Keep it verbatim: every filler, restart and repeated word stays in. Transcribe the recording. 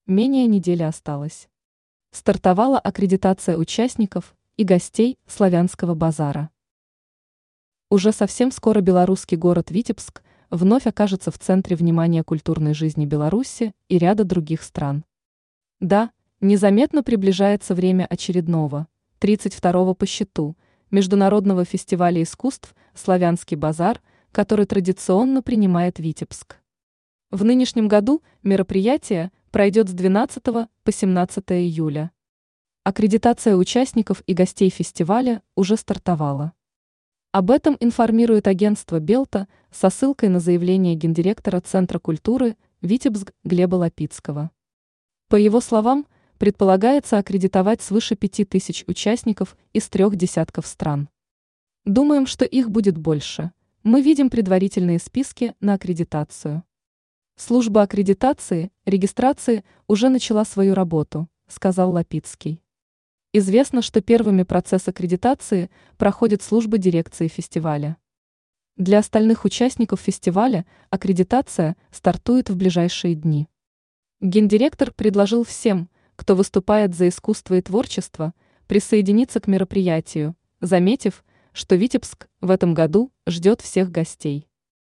Менее недели осталось. Стартовала аккредитация участников и гостей Славянского базара. Уже совсем скоро белорусский город Витебск вновь окажется в центре внимания культурной жизни Беларуси и ряда других стран. Да, незаметно приближается время очередного, тридцать второго по счету, международного фестиваля искусств «Славянский базар», который традиционно принимает Витебск. В нынешнем году мероприятие пройдет с двенадцатого по семнадцатое июля. Аккредитация участников и гостей фестиваля уже стартовала. Об этом информирует агентство Белта со ссылкой на заявление гендиректора Центра культуры Витебск Глеба Лапицкого. По его словам, предполагается аккредитовать свыше пяти тысяч участников из трех десятков стран. Думаем, что их будет больше. Мы видим предварительные списки на аккредитацию. Служба аккредитации, регистрации уже начала свою работу, сказал Лапицкий. Известно, что первыми процесс аккредитации проходит служба дирекции фестиваля. Для остальных участников фестиваля аккредитация стартует в ближайшие дни. Гендиректор предложил всем, кто выступает за искусство и творчество, присоединиться к мероприятию, заметив, что Витебск в этом году ждет всех гостей.